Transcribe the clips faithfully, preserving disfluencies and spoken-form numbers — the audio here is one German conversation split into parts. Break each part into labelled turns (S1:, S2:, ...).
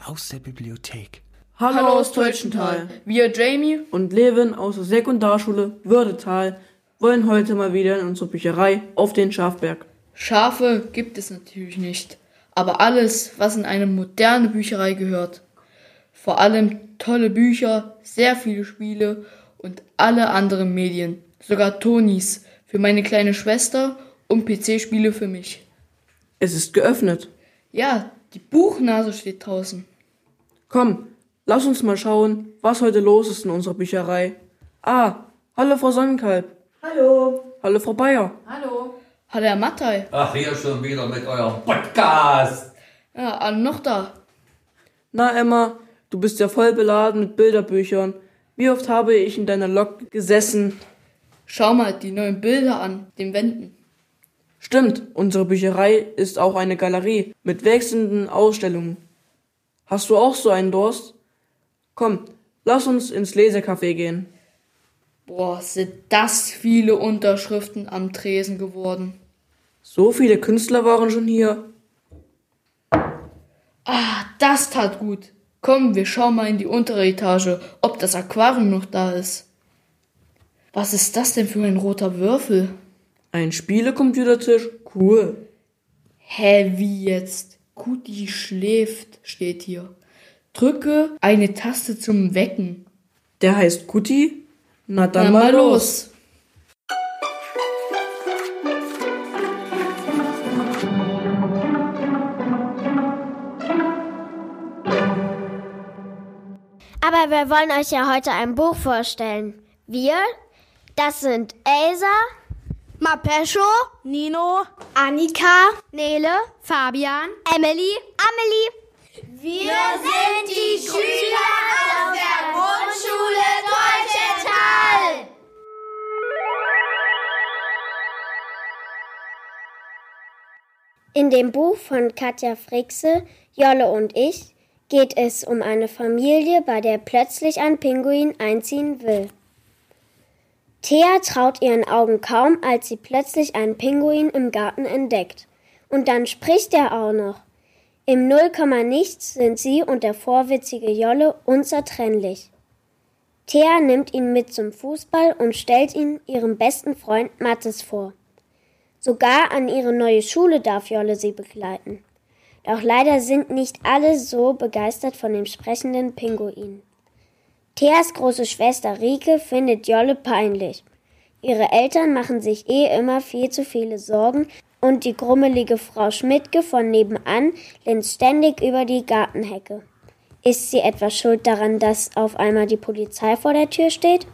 S1: aus der Bibliothek.
S2: Hallo, Hallo aus Teutschenthal.
S3: Wir, Jamie
S2: und Levin aus der Sekundarschule Würdetal, wollen heute mal wieder in unsere Bücherei auf den Schafberg.
S3: Schafe gibt es natürlich nicht, aber alles, was in eine moderne Bücherei gehört. Vor allem tolle Bücher, sehr viele Spiele und alle anderen Medien, sogar Tonis für meine kleine Schwester und P C-Spiele für mich.
S2: Es ist geöffnet.
S3: Ja, die Buchnase steht draußen.
S2: Komm, lass uns mal schauen, was heute los ist in unserer Bücherei. Ah, hallo Frau Sonnenkalb.
S4: Hallo.
S2: Hallo Frau Bayer.
S4: Hallo.
S3: Hallo Herr Mattei.
S5: Ach, hier schon wieder mit eurem Podcast.
S3: Ja, alle noch da.
S2: Na Emma, du bist ja voll beladen mit Bilderbüchern. Wie oft habe ich in deiner Lok gesessen?
S3: Schau mal die neuen Bilder an den Wänden.
S2: Stimmt, unsere Bücherei ist auch eine Galerie mit wechselnden Ausstellungen. Hast du auch so einen Durst? Komm, lass uns ins Lesercafé gehen.
S3: Boah, sind das viele Unterschriften am Tresen geworden.
S2: So viele Künstler waren schon hier.
S3: Ah, das tat gut. Komm, wir schauen mal in die untere Etage, ob das Aquarium noch da ist. Was ist das denn für ein roter Würfel?
S2: Ein Spielecomputertisch? Cool.
S3: Hä, wie jetzt? Kuti schläft, steht hier. Drücke eine Taste zum Wecken.
S2: Der heißt Kuti? Na dann
S3: Na,
S2: mal
S3: mal
S2: los.
S3: los.
S6: Aber wir wollen euch ja heute ein Buch vorstellen. Wir, das sind Elsa,
S7: Mapescho, Nino,
S6: Annika,
S7: Nele, Fabian,
S6: Emily, Amelie.
S8: Wir sind die Schüler aus der Grundschule Teutschenthal.
S6: In dem Buch von Katja Frickse, Jolle und ich, geht es um eine Familie, bei der plötzlich ein Pinguin einziehen will. Thea traut ihren Augen kaum, als sie plötzlich einen Pinguin im Garten entdeckt. Und dann spricht er auch noch. Im Nullkomma-Nichts sind sie und der vorwitzige Jolle unzertrennlich. Thea nimmt ihn mit zum Fußball und stellt ihn ihrem besten Freund Mathis vor. Sogar an ihre neue Schule darf Jolle sie begleiten. Doch leider sind nicht alle so begeistert von dem sprechenden Pinguin. Theas große Schwester Rike findet Jolle peinlich. Ihre Eltern machen sich eh immer viel zu viele Sorgen und die grummelige Frau Schmidtke von nebenan lehnt ständig über die Gartenhecke. Ist sie etwa schuld daran, dass auf einmal die Polizei vor der Tür steht?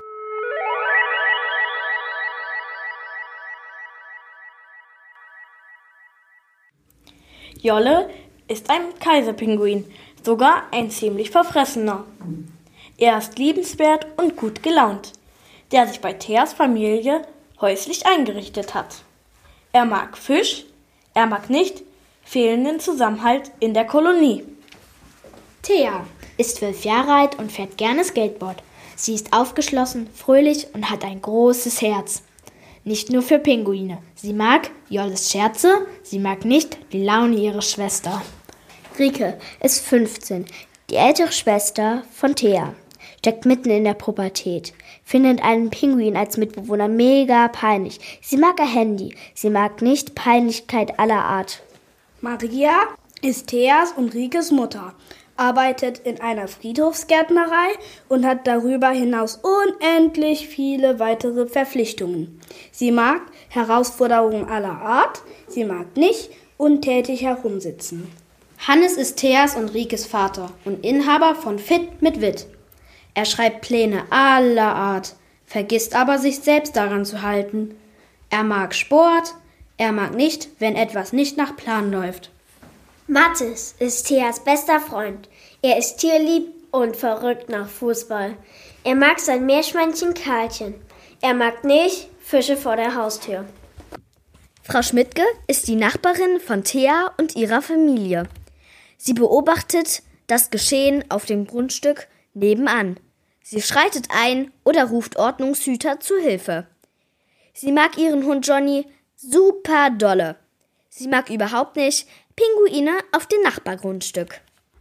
S7: Jolle ist ein Kaiserpinguin, sogar ein ziemlich verfressener. Er ist liebenswert und gut gelaunt, der sich bei Theas Familie häuslich eingerichtet hat. Er mag Fisch, er mag nicht fehlenden Zusammenhalt in der Kolonie.
S9: Thea ist zwölf Jahre alt und fährt gerne Skateboard. Sie ist aufgeschlossen, fröhlich und hat ein großes Herz. Nicht nur für Pinguine. Sie mag Jolles Scherze, sie mag nicht die Laune ihrer Schwester.
S6: Rike ist fünfzehn, die ältere Schwester von Thea. Steckt mitten in der Pubertät, findet einen Pinguin als Mitbewohner mega peinlich. Sie mag ihr Handy, sie mag nicht Peinlichkeit aller Art.
S7: Maria ist Theas und Rikes Mutter, arbeitet in einer Friedhofsgärtnerei und hat darüber hinaus unendlich viele weitere Verpflichtungen. Sie mag Herausforderungen aller Art, sie mag nicht untätig herumsitzen.
S9: Hannes ist Theas und Rikes Vater und Inhaber von Fit mit Wit. Er schreibt Pläne aller Art, vergisst aber sich selbst daran zu halten. Er mag Sport, er mag nicht, wenn etwas nicht nach Plan läuft.
S6: Mathis ist Theas bester Freund. Er ist tierlieb und verrückt nach Fußball. Er mag sein Meerschweinchen Karlchen. Er mag nicht Fische vor der Haustür.
S10: Frau Schmidtke ist die Nachbarin von Thea und ihrer Familie. Sie beobachtet das Geschehen auf dem Grundstück nebenan. Sie schreitet ein oder ruft Ordnungshüter zu Hilfe. Sie mag ihren Hund Johnny super dolle. Sie mag überhaupt nicht Pinguine auf dem Nachbargrundstück.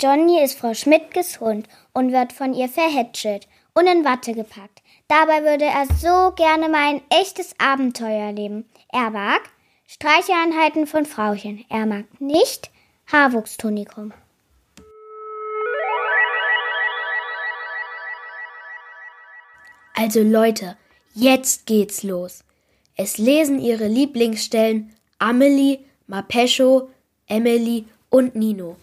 S6: Johnny ist Frau Schmidtges Hund und wird von ihr verhätschelt und in Watte gepackt. Dabei würde er so gerne mal ein echtes Abenteuer erleben. Er mag Streicheinheiten von Frauchen. Er mag nicht Haarwuchstonikum.
S9: Also Leute, jetzt geht's los. Es lesen ihre Lieblingsstellen Amelie, Mapescho, Emily und Nino.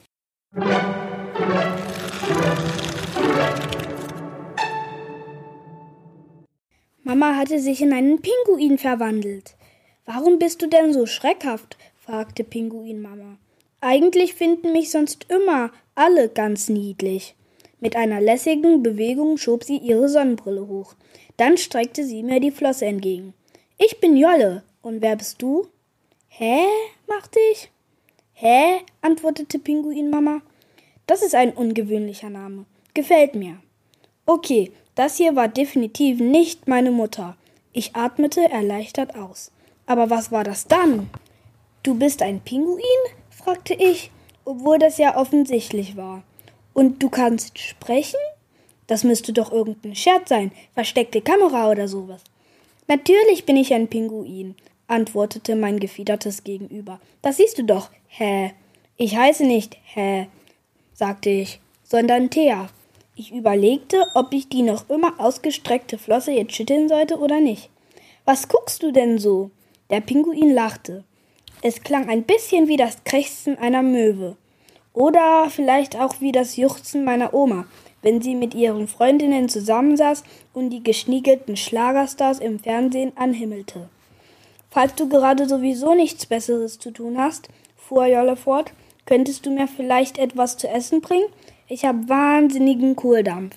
S1: Mama hatte sich in einen Pinguin verwandelt. »Warum bist du denn so schreckhaft?« fragte Pinguinmama. »Eigentlich finden mich sonst immer alle ganz niedlich.« Mit einer lässigen Bewegung schob sie ihre Sonnenbrille hoch. Dann streckte sie mir die Flosse entgegen. »Ich bin Jolle. Und wer bist du?« »Hä?« machte ich. »Hä?« antwortete Pinguinmama. »Das ist ein ungewöhnlicher Name. Gefällt mir.« »Okay, das hier war definitiv nicht meine Mutter.« Ich atmete erleichtert aus. »Aber was war das dann?« »Du bist ein Pinguin?« fragte ich, obwohl das ja offensichtlich war. »Und du kannst sprechen?« »Das müsste doch irgendein Scherz sein, versteckte Kamera oder sowas.« »Natürlich bin ich ein Pinguin«, antwortete mein gefiedertes Gegenüber. »Das siehst du doch. Hä? Ich heiße nicht Hä, sagte ich, sondern Thea.« Ich überlegte, ob ich die noch immer ausgestreckte Flosse jetzt schütteln sollte oder nicht. »Was guckst du denn so?« Der Pinguin lachte. Es klang ein bisschen wie das Krächzen einer Möwe. Oder vielleicht auch wie das Juchzen meiner Oma, wenn sie mit ihren Freundinnen zusammensaß und die geschniegelten Schlagerstars im Fernsehen anhimmelte. »Falls du gerade sowieso nichts Besseres zu tun hast«, fuhr Jolle fort, »könntest du mir vielleicht etwas zu essen bringen? Ich habe wahnsinnigen Kohldampf.«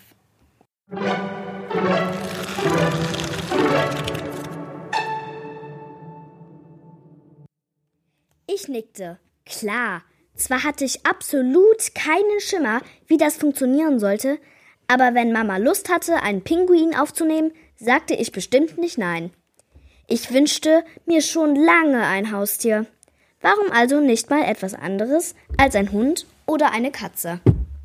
S10: Ich nickte. Klar, zwar hatte ich absolut keinen Schimmer, wie das funktionieren sollte, aber wenn Mama Lust hatte, einen Pinguin aufzunehmen, sagte ich bestimmt nicht nein. Ich wünschte mir schon lange ein Haustier. Warum also nicht mal etwas anderes als ein Hund oder eine Katze?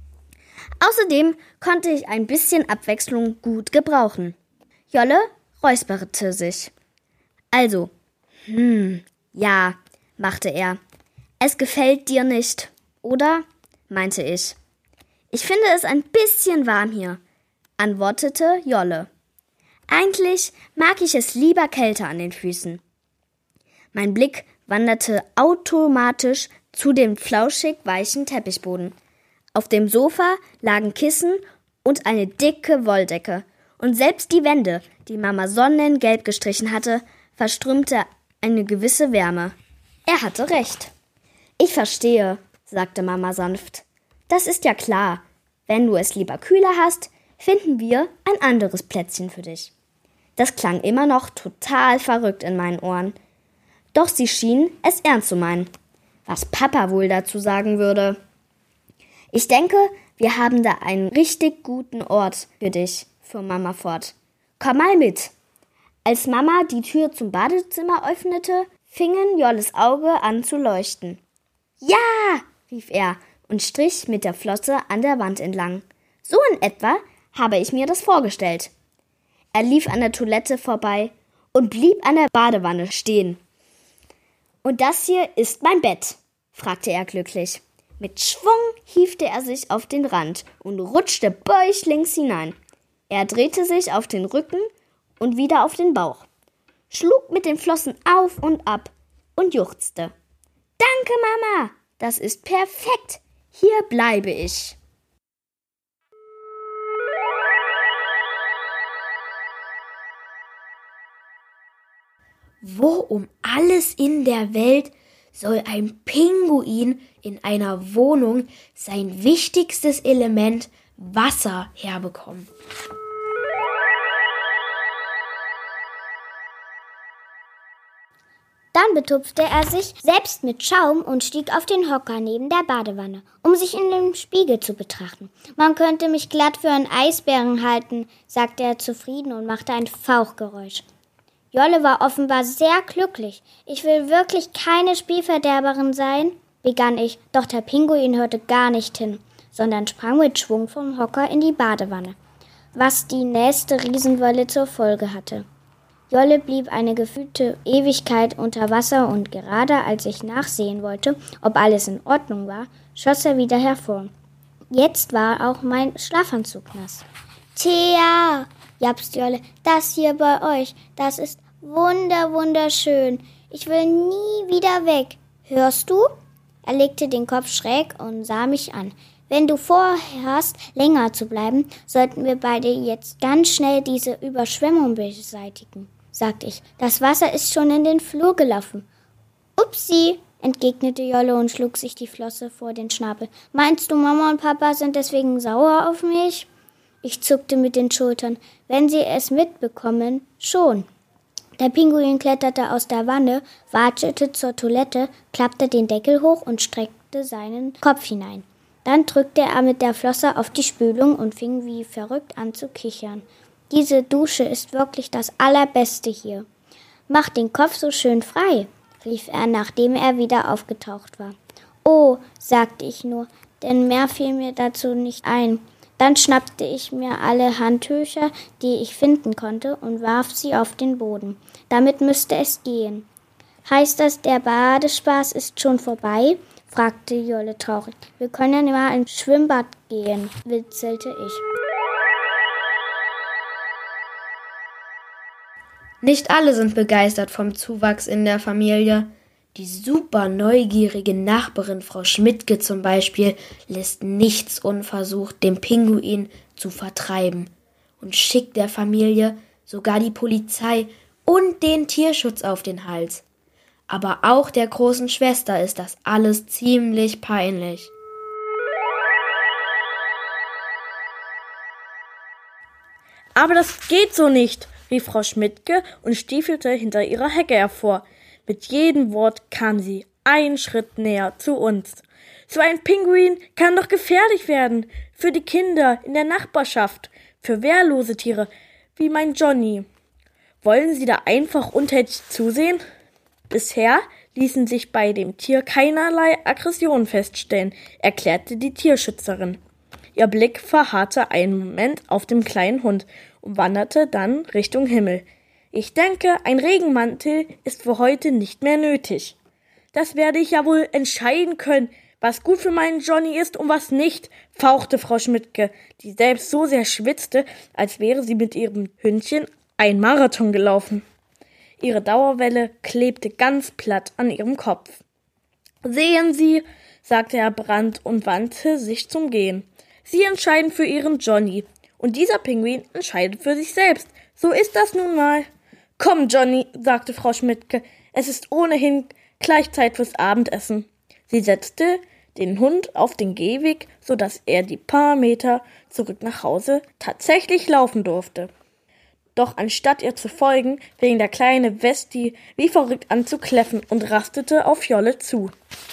S10: Außerdem konnte ich ein bisschen Abwechslung gut gebrauchen. Jolle räusperte sich. Also, hm, ja, machte er. Es gefällt dir nicht, oder? Meinte ich. Ich finde es ein bisschen warm hier, antwortete Jolle. Eigentlich mag ich es lieber kälter an den Füßen. Mein Blick wanderte automatisch zu dem flauschig weichen Teppichboden. Auf dem Sofa lagen Kissen und eine dicke Wolldecke. Und selbst die Wände, die Mama sonnengelb gestrichen hatte, verströmte eine gewisse Wärme. Er hatte recht. Ich verstehe, sagte Mama sanft. Das ist ja klar. Wenn du es lieber kühler hast, finden wir ein anderes Plätzchen für dich. Das klang immer noch total verrückt in meinen Ohren. Doch sie schien es ernst zu meinen. Was Papa wohl dazu sagen würde. Ich denke, wir haben da einen richtig guten Ort für dich, fuhr Mama fort. Komm mal mit. Als Mama die Tür zum Badezimmer öffnete, fingen Jolles Auge an zu leuchten. Ja, rief er und strich mit der Flosse an der Wand entlang. So in etwa habe ich mir das vorgestellt. Er lief an der Toilette vorbei und blieb an der Badewanne stehen. Und das hier ist mein Bett, fragte er glücklich. Mit Schwung hiefte er sich auf den Rand und rutschte bäuchlings hinein. Er drehte sich auf den Rücken und wieder auf den Bauch, schlug mit den Flossen auf und ab und juchzte. »Danke, Mama, das ist perfekt. Hier bleibe ich.«
S9: Wo um alles in der Welt soll ein Pinguin in einer Wohnung sein wichtigstes Element Wasser herbekommen?
S6: Dann betupfte er sich selbst mit Schaum und stieg auf den Hocker neben der Badewanne, um sich in den Spiegel zu betrachten. »Man könnte mich glatt für einen Eisbären halten«, sagte er zufrieden und machte ein Fauchgeräusch. Jolle war offenbar sehr glücklich. »Ich will wirklich keine Spielverderberin sein«, begann ich, doch der Pinguin hörte gar nicht hin, sondern sprang mit Schwung vom Hocker in die Badewanne, was die nächste Riesenwelle zur Folge hatte. Jolle blieb eine gefühlte Ewigkeit unter Wasser und gerade als ich nachsehen wollte, ob alles in Ordnung war, schoss er wieder hervor. Jetzt war auch mein Schlafanzug nass. »Thea«, japst Jolle, »das hier bei euch, das ist wunder, wunderschön. Ich will nie wieder weg. Hörst du?« Er legte den Kopf schräg und sah mich an. »Wenn du vorhast, länger zu bleiben, sollten wir beide jetzt ganz schnell diese Überschwemmung beseitigen«, sagte ich. »Das Wasser ist schon in den Flur gelaufen.« »Upsi«, entgegnete Jolle und schlug sich die Flosse vor den Schnabel. »Meinst du, Mama und Papa sind deswegen sauer auf mich?« Ich zuckte mit den Schultern. »Wenn sie es mitbekommen, schon.« Der Pinguin kletterte aus der Wanne, watschelte zur Toilette, klappte den Deckel hoch und streckte seinen Kopf hinein. Dann drückte er mit der Flosse auf die Spülung und fing wie verrückt an zu kichern. »Diese Dusche ist wirklich das Allerbeste hier. Mach den Kopf so schön frei«, rief er, nachdem er wieder aufgetaucht war. »Oh«, sagte ich nur, denn mehr fiel mir dazu nicht ein. Dann schnappte ich mir alle Handtücher, die ich finden konnte, und warf sie auf den Boden. Damit müsste es gehen. »Heißt das, der Badespaß ist schon vorbei?« fragte Jolle traurig. »Wir können ja mal ins Schwimmbad gehen«, witzelte ich.
S9: Nicht alle sind begeistert vom Zuwachs in der Familie. Die super neugierige Nachbarin Frau Schmidtke zum Beispiel lässt nichts unversucht, den Pinguin zu vertreiben und schickt der Familie sogar die Polizei und den Tierschutz auf den Hals. Aber auch der großen Schwester ist das alles ziemlich peinlich.
S7: »Aber das geht so nicht«, rief Frau Schmidtke und stiefelte hinter ihrer Hecke hervor. Mit jedem Wort kam sie einen Schritt näher zu uns. »So ein Pinguin kann doch gefährlich werden für die Kinder in der Nachbarschaft, für wehrlose Tiere wie mein Johnny. Wollen Sie da einfach untätig zusehen?« Bisher ließen sich bei dem Tier keinerlei Aggressionen feststellen, erklärte die Tierschützerin. Ihr Blick verharrte einen Moment auf dem kleinen Hund und wanderte dann Richtung Himmel. »Ich denke, ein Regenmantel ist für heute nicht mehr nötig. Das werde ich ja wohl entscheiden können, was gut für meinen Johnny ist und was nicht«, fauchte Frau Schmidtke, die selbst so sehr schwitzte, als wäre sie mit ihrem Hündchen einen Marathon gelaufen. Ihre Dauerwelle klebte ganz platt an ihrem Kopf. »Sehen Sie«, sagte Herr Brandt und wandte sich zum Gehen. »Sie entscheiden für Ihren Johnny. Und dieser Pinguin entscheidet für sich selbst. So ist das nun mal.« »Komm, Johnny«, sagte Frau Schmidtke, »es ist ohnehin gleich Zeit fürs Abendessen.« Sie setzte den Hund auf den Gehweg, so dass er die paar Meter zurück nach Hause tatsächlich laufen durfte. Doch anstatt ihr zu folgen, fing der kleine Westi wie verrückt an zu kläffen und rastete auf Jolle zu.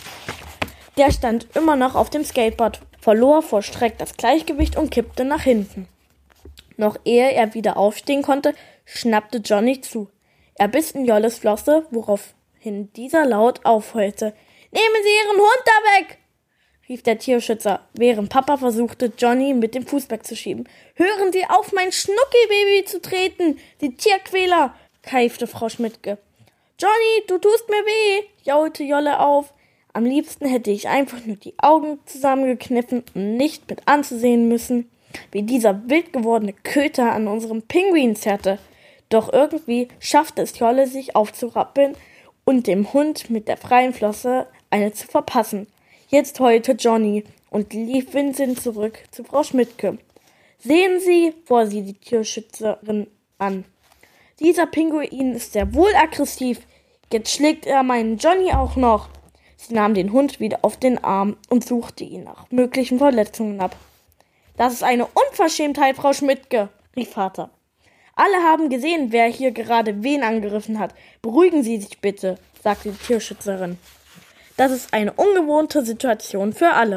S7: Der stand immer noch auf dem Skateboard, verlor vor Schreck das Gleichgewicht und kippte nach hinten. Noch ehe er wieder aufstehen konnte, schnappte Johnny zu. Er biss in Jolles Flosse, woraufhin dieser laut aufheulte. »Nehmen Sie Ihren Hund da weg!« rief der Tierschützer, während Papa versuchte, Johnny mit dem Fuß wegzuschieben. »Hören Sie auf, mein Schnucki-Baby zu treten, Sie Tierquäler!« keifte Frau Schmidtke. »Johnny, du tust mir weh«, jaulte Jolle auf. Am liebsten hätte ich einfach nur die Augen zusammengekniffen und nicht mit anzusehen müssen, wie dieser wild gewordene Köter an unserem Pinguin zerrte. Doch irgendwie schaffte es Jolle, sich aufzurappeln und dem Hund mit der freien Flosse eine zu verpassen. Jetzt heulte Johnny und lief winselnd zurück zu Frau Schmidtke. »Sehen Sie«, fuhr sie die Tierschützerin an. »Dieser Pinguin ist sehr wohl aggressiv. Jetzt schlägt er meinen Johnny auch noch.« Sie nahm den Hund wieder auf den Arm und suchte ihn nach möglichen Verletzungen ab. »Das ist eine Unverschämtheit, Frau Schmidtke«, rief Vater. »Alle haben gesehen, wer hier gerade wen angegriffen hat. Beruhigen Sie sich bitte«, sagte die Tierschützerin. »Das ist eine ungewohnte Situation für alle.«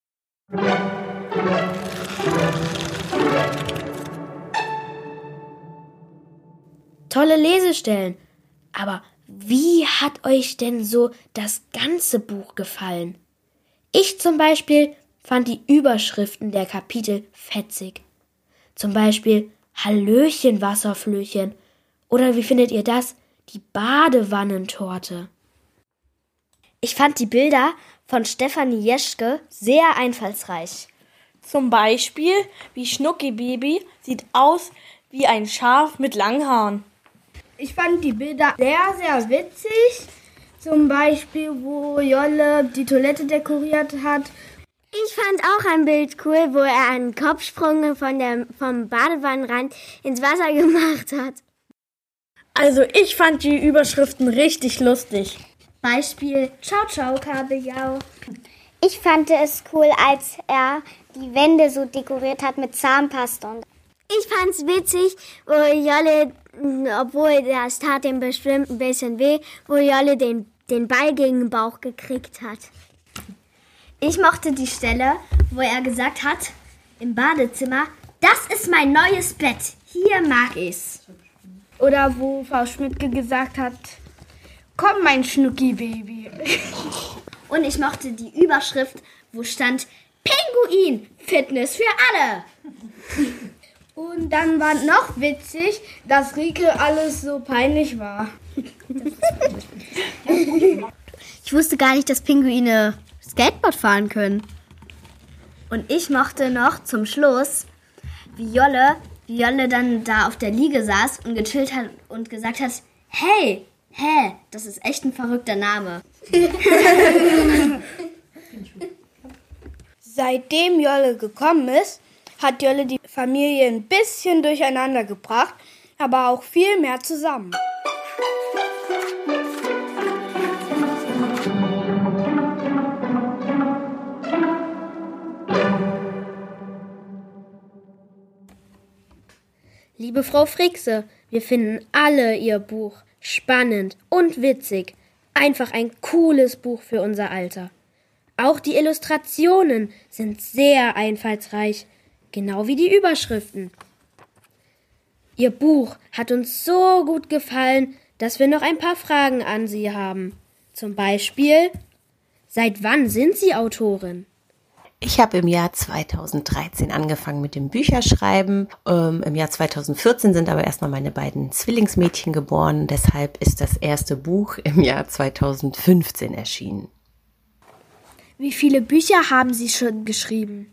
S9: Tolle Lesestellen. Aber wie hat euch denn so das ganze Buch gefallen? Ich zum Beispiel fand die Überschriften der Kapitel fetzig. Zum Beispiel Hallöchen, Wasserflöchen. Oder wie findet ihr das? Die Badewannentorte.
S10: Ich fand die Bilder von Stefanie Jeschke sehr einfallsreich.
S7: Zum Beispiel, wie Schnucki Baby sieht aus wie ein Schaf mit langen Haaren.
S1: Ich fand die Bilder sehr, sehr witzig. Zum Beispiel, wo Jolle die Toilette dekoriert hat.
S6: Ich fand auch ein Bild cool, wo er einen Kopfsprung von der, vom Badewannenrand ins Wasser gemacht hat.
S7: Also ich fand die Überschriften richtig lustig.
S1: Beispiel Ciao Ciao Kabeljau.
S6: Ich fand es cool, als er die Wände so dekoriert hat mit Zahnpasta. Ich fand's witzig, wo Jolle, obwohl das tat ihm bestimmt ein bisschen weh, wo Jolle den, den Ball gegen den Bauch gekriegt hat.
S10: Ich mochte die Stelle, wo er gesagt hat, im Badezimmer, das ist mein neues Bett, hier mag ich's.
S1: Oder wo Frau Schmidtke gesagt hat, komm mein Schnucki-Baby.
S10: Und ich mochte die Überschrift, wo stand, Pinguin, Fitness für alle.
S1: Und dann war noch witzig, dass Rike alles so peinlich war.
S10: Ich wusste gar nicht, dass Pinguine Skateboard fahren können. Und ich mochte noch zum Schluss, wie Jolle, wie Jolle dann da auf der Liege saß und gechillt hat und gesagt hat, hey, hä, das ist echt ein verrückter Name.
S1: Seitdem Jolle gekommen ist, hat Jolle die Familie ein bisschen durcheinander gebracht, aber auch viel mehr zusammen.
S9: Liebe Frau Frickse, wir finden alle Ihr Buch spannend und witzig. Einfach ein cooles Buch für unser Alter. Auch die Illustrationen sind sehr einfallsreich, genau wie die Überschriften. Ihr Buch hat uns so gut gefallen, dass wir noch ein paar Fragen an Sie haben. Zum Beispiel, seit wann sind Sie Autorin?
S4: Ich habe im Jahr zweitausenddreizehn angefangen mit dem Bücherschreiben. Ähm, Im Jahr zweitausendvierzehn sind aber erstmal meine beiden Zwillingsmädchen geboren. Deshalb ist das erste Buch im Jahr zweitausendfünfzehn erschienen.
S9: Wie viele Bücher haben Sie schon geschrieben?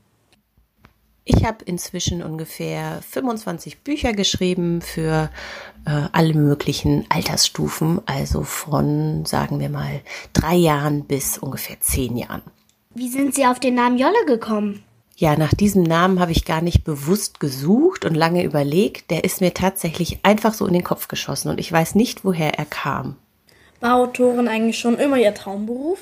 S4: Ich habe inzwischen ungefähr fünfundzwanzig Bücher geschrieben für äh, alle möglichen Altersstufen, also von, sagen wir mal, drei Jahren bis ungefähr zehn Jahren.
S10: Wie sind Sie auf den Namen Jolle gekommen?
S4: Ja, nach diesem Namen habe ich gar nicht bewusst gesucht und lange überlegt. Der ist mir tatsächlich einfach so in den Kopf geschossen und ich weiß nicht, woher er kam.
S7: War Autorin eigentlich schon immer Ihr Traumberuf?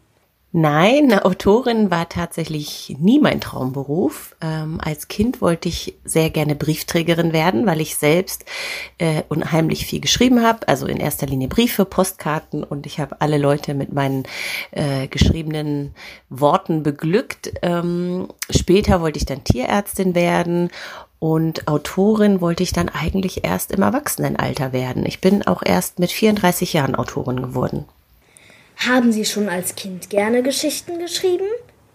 S4: Nein, eine Autorin war tatsächlich nie mein Traumberuf. Ähm, als Kind wollte ich sehr gerne Briefträgerin werden, weil ich selbst äh, unheimlich viel geschrieben habe. Also in erster Linie Briefe, Postkarten und ich habe alle Leute mit meinen äh, geschriebenen Worten beglückt. Ähm, später wollte ich dann Tierärztin werden und Autorin wollte ich dann eigentlich erst im Erwachsenenalter werden. Ich bin auch erst mit vierunddreißig Jahren Autorin geworden.
S9: Haben Sie schon als Kind gerne Geschichten geschrieben?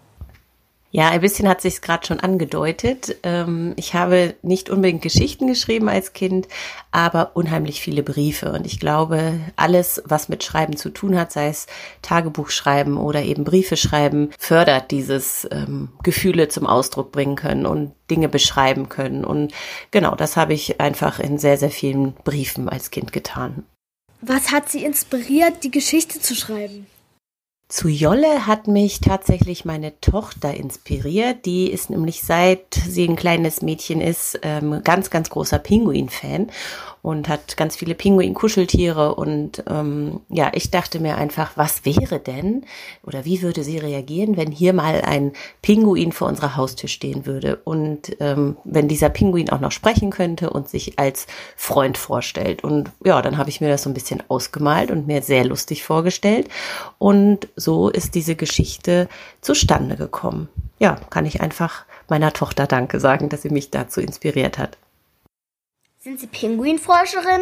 S4: Ja, ein bisschen hat sich's gerade schon angedeutet. Ich habe nicht unbedingt Geschichten geschrieben als Kind, aber unheimlich viele Briefe. Und ich glaube, alles, was mit Schreiben zu tun hat, sei es Tagebuch schreiben oder eben Briefe schreiben, fördert dieses ähm, Gefühle zum Ausdruck bringen können und Dinge beschreiben können. Und genau, das habe ich einfach in sehr, sehr vielen Briefen als Kind getan.
S9: Was hat Sie inspiriert, die Geschichte zu schreiben?
S4: Zu Jolle hat mich tatsächlich meine Tochter inspiriert. Die ist nämlich, seit sie ein kleines Mädchen ist, ähm, ganz, ganz großer Pinguin-Fan und hat ganz viele Pinguin-Kuscheltiere. Und ähm, ja, ich dachte mir einfach, was wäre denn oder wie würde sie reagieren, wenn hier mal ein Pinguin vor unserer Haustür stehen würde und ähm, wenn dieser Pinguin auch noch sprechen könnte und sich als Freund vorstellt. Und ja, dann habe ich mir das so ein bisschen ausgemalt und mir sehr lustig vorgestellt. Und so ist diese Geschichte zustande gekommen. Ja, kann ich einfach meiner Tochter Danke sagen, dass sie mich dazu inspiriert hat.
S10: Sind Sie Pinguinforscherin?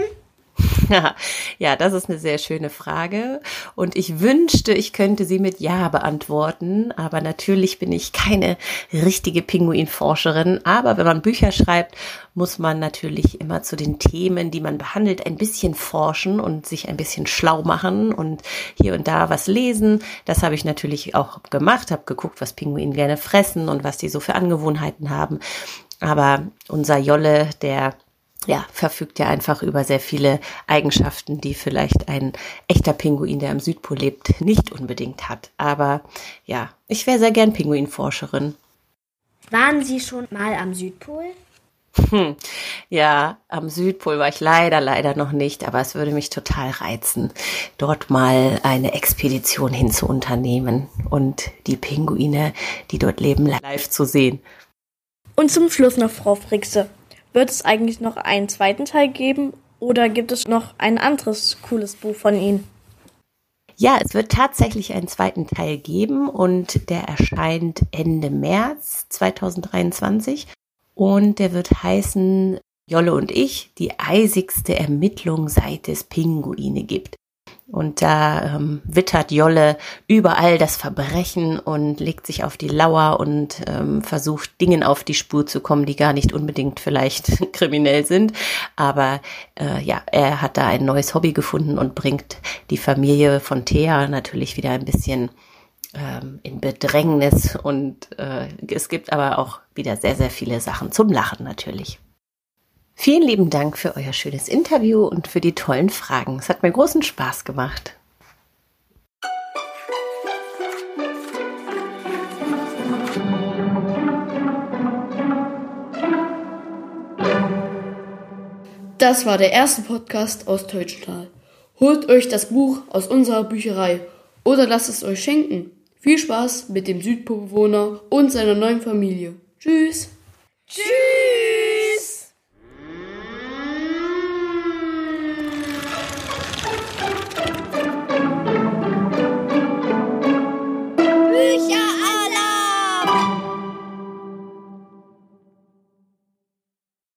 S4: Ja, das ist eine sehr schöne Frage und ich wünschte, ich könnte sie mit Ja beantworten, aber natürlich bin ich keine richtige Pinguinforscherin, aber wenn man Bücher schreibt, muss man natürlich immer zu den Themen, die man behandelt, ein bisschen forschen und sich ein bisschen schlau machen und hier und da was lesen. Das habe ich natürlich auch gemacht, habe geguckt, was Pinguine gerne fressen und was die so für Angewohnheiten haben, aber unser Jolle, der ja, verfügt ja einfach über sehr viele Eigenschaften, die vielleicht ein echter Pinguin, der am Südpol lebt, nicht unbedingt hat. Aber ja, ich wäre sehr gern Pinguinforscherin.
S10: Waren Sie schon mal am Südpol?
S4: Hm, ja, am Südpol war ich leider, leider noch nicht, aber es würde mich total reizen, dort mal eine Expedition hin zu unternehmen und die Pinguine, die dort leben, live zu sehen.
S7: Und zum Schluss noch, Frau Frickse. Wird es eigentlich noch einen zweiten Teil geben oder gibt es noch ein anderes cooles Buch von Ihnen?
S4: Ja, es wird tatsächlich einen zweiten Teil geben und der erscheint Ende März zweitausenddreiundzwanzig und der wird heißen Jolle und ich, die eisigste Ermittlung, seit es Pinguine gibt. Und da ähm, wittert Jolle überall das Verbrechen und legt sich auf die Lauer und ähm, versucht, Dingen auf die Spur zu kommen, die gar nicht unbedingt vielleicht kriminell sind. Aber äh, ja, er hat da ein neues Hobby gefunden und bringt die Familie von Thea natürlich wieder ein bisschen ähm, in Bedrängnis. Und äh, es gibt aber auch wieder sehr, sehr viele Sachen zum Lachen natürlich. Vielen lieben Dank für euer schönes Interview und für die tollen Fragen. Es hat mir großen Spaß gemacht.
S3: Das war der erste Podcast aus Teutschenthal. Holt euch das Buch aus unserer Bücherei oder lasst es euch schenken. Viel Spaß mit dem Südpolbewohner und seiner neuen Familie. Tschüss!
S8: Tschüss!